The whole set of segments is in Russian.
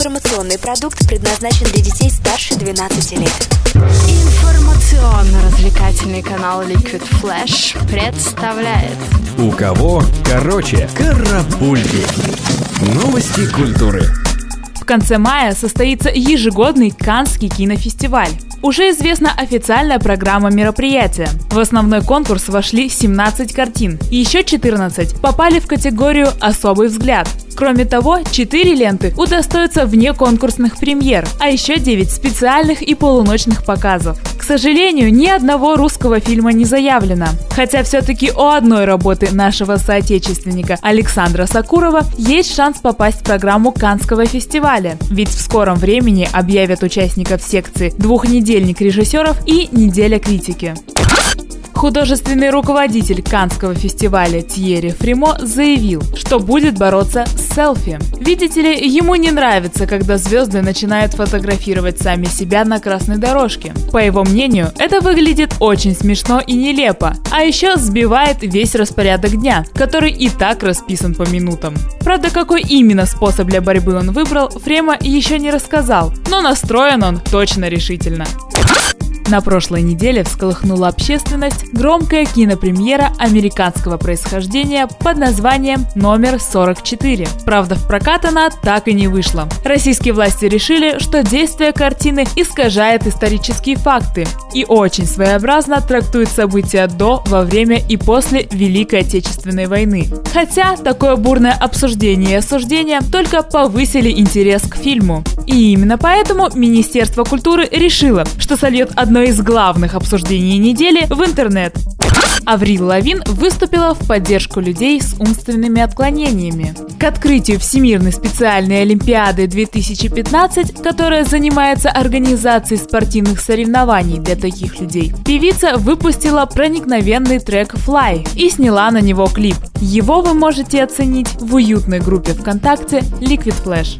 Информационный продукт предназначен для детей старше 12 лет. Информационно-развлекательный канал Liquid Flash представляет. У кого короче? Карапульки. Новости культуры. В конце мая состоится ежегодный Каннский кинофестиваль. Уже известна официальная программа мероприятия. В основной конкурс вошли 17 картин. Еще 14 попали в категорию «Особый взгляд». Кроме того, 4 ленты удостоятся внеконкурсных премьер, а еще 9 специальных и полуночных показов. К сожалению, ни одного русского фильма не заявлено. Хотя все-таки у одной работы нашего соотечественника Александра Сакурова есть шанс попасть в программу Каннского фестиваля. Ведь в скором времени объявят участников секции «Двухнедельник режиссеров» и «Неделя критики». Художественный руководитель Каннского фестиваля Тьерри Фримо заявил, что будет бороться с селфи. Видите ли, ему не нравится, когда звезды начинают фотографировать сами себя на красной дорожке. По его мнению, это выглядит очень смешно и нелепо, а еще сбивает весь распорядок дня, который и так расписан по минутам. Правда, какой именно способ для борьбы он выбрал, Фримо еще не рассказал, но настроен он точно решительно. На прошлой неделе всколыхнула общественность громкая кинопремьера американского происхождения под названием «Номер 44». Правда, в прокат она так и не вышла. Российские власти решили, что действие картины искажает исторические факты и очень своеобразно трактует события до, во время и после Великой Отечественной войны. Хотя такое бурное обсуждение и осуждение только повысили интерес к фильму. И именно поэтому Министерство культуры решило, что сольет одно из главных обсуждений недели в интернет. Аврил Лавин выступила в поддержку людей с умственными отклонениями. К открытию Всемирной специальной Олимпиады 2015, которая занимается организацией спортивных соревнований для таких людей, певица выпустила проникновенный трек «Fly» и сняла на него клип. Его вы можете оценить в уютной группе ВКонтакте Liquid Flash.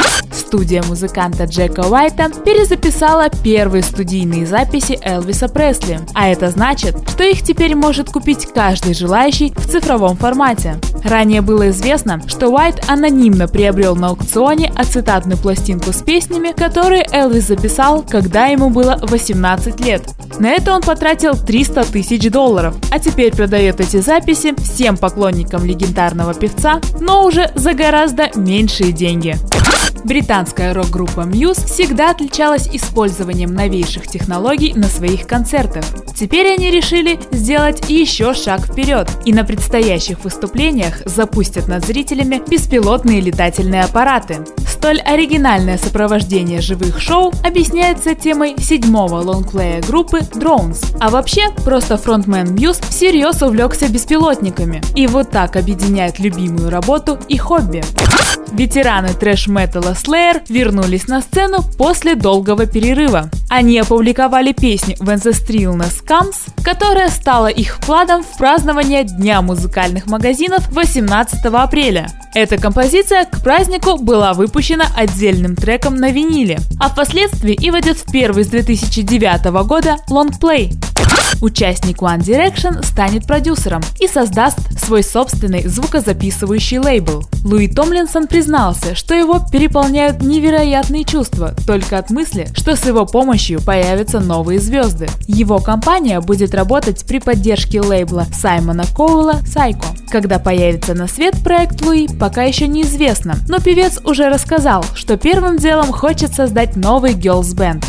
Студия музыканта Джека Уайта перезаписала первые студийные записи Элвиса Пресли, а это значит, что их теперь может купить каждый желающий в цифровом формате. Ранее было известно, что Уайт анонимно приобрел на аукционе ацетатную пластинку с песнями, которые Элвис записал, когда ему было 18 лет. На это он потратил $300 тысяч, а теперь продает эти записи всем поклонникам легендарного певца, но уже за гораздо меньшие деньги. Британская рок-группа Muse всегда отличалась использованием новейших технологий на своих концертах. Теперь они решили сделать еще шаг вперед и на предстоящих выступлениях запустят над зрителями беспилотные летательные аппараты. Столь оригинальное сопровождение живых шоу объясняется темой 7-го лонгплея группы Drones. А вообще, просто фронтмен Muse всерьез увлекся беспилотниками и вот так объединяет любимую работу и хобби. Ветераны трэш-металла Slayer вернулись на сцену после долгого перерыва. Они опубликовали песню When the Stillness Comes, которая стала их вкладом в празднование Дня музыкальных магазинов 18 апреля. Эта композиция к празднику была выпущена отдельным треком на виниле, а впоследствии и войдет в первый с 2009 года лонгплей. Участник One Direction станет продюсером и создаст свой собственный звукозаписывающий лейбл. Луи Томлинсон признался, что его переполняют невероятные чувства только от мысли, что с его помощью появятся новые звезды. Его компания будет работать при поддержке лейбла Саймона Коуэлла Psycho. Когда появится на свет проект Луи, пока еще неизвестно, но певец уже рассказал, что первым делом хочет создать новый girls band.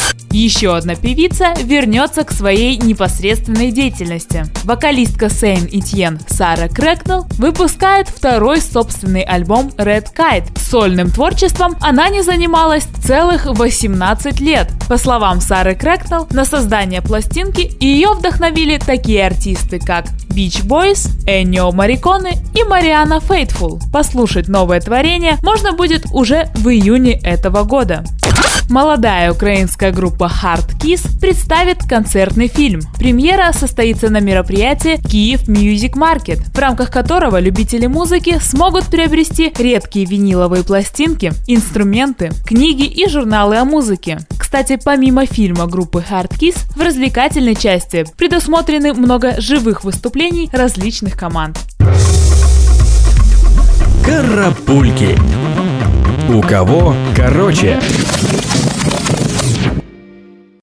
Еще одна певица вернется к своей непосредственной деятельности. Вокалистка Сейн Этьен Сара Крэкнелл выпускает второй собственный альбом Red Kite. Сольным творчеством она не занималась целых 18 лет. По словам Сары Крэкнелл, на создание пластинки ее вдохновили такие артисты, как Beach Boys, Эннио Морриконе и Мариана Фейтфул. Послушать новое творение можно будет уже в июне этого года. Молодая украинская группа Hard Kiss представит концертный фильм. Премьера состоится на мероприятии Kyiv Music Market, в рамках которого любители музыки смогут приобрести редкие виниловые пластинки, инструменты, книги и журналы о музыке. Кстати, помимо фильма группы Hard Kiss, в развлекательной части предусмотрены много живых выступлений различных команд. Карапульки. У кого короче.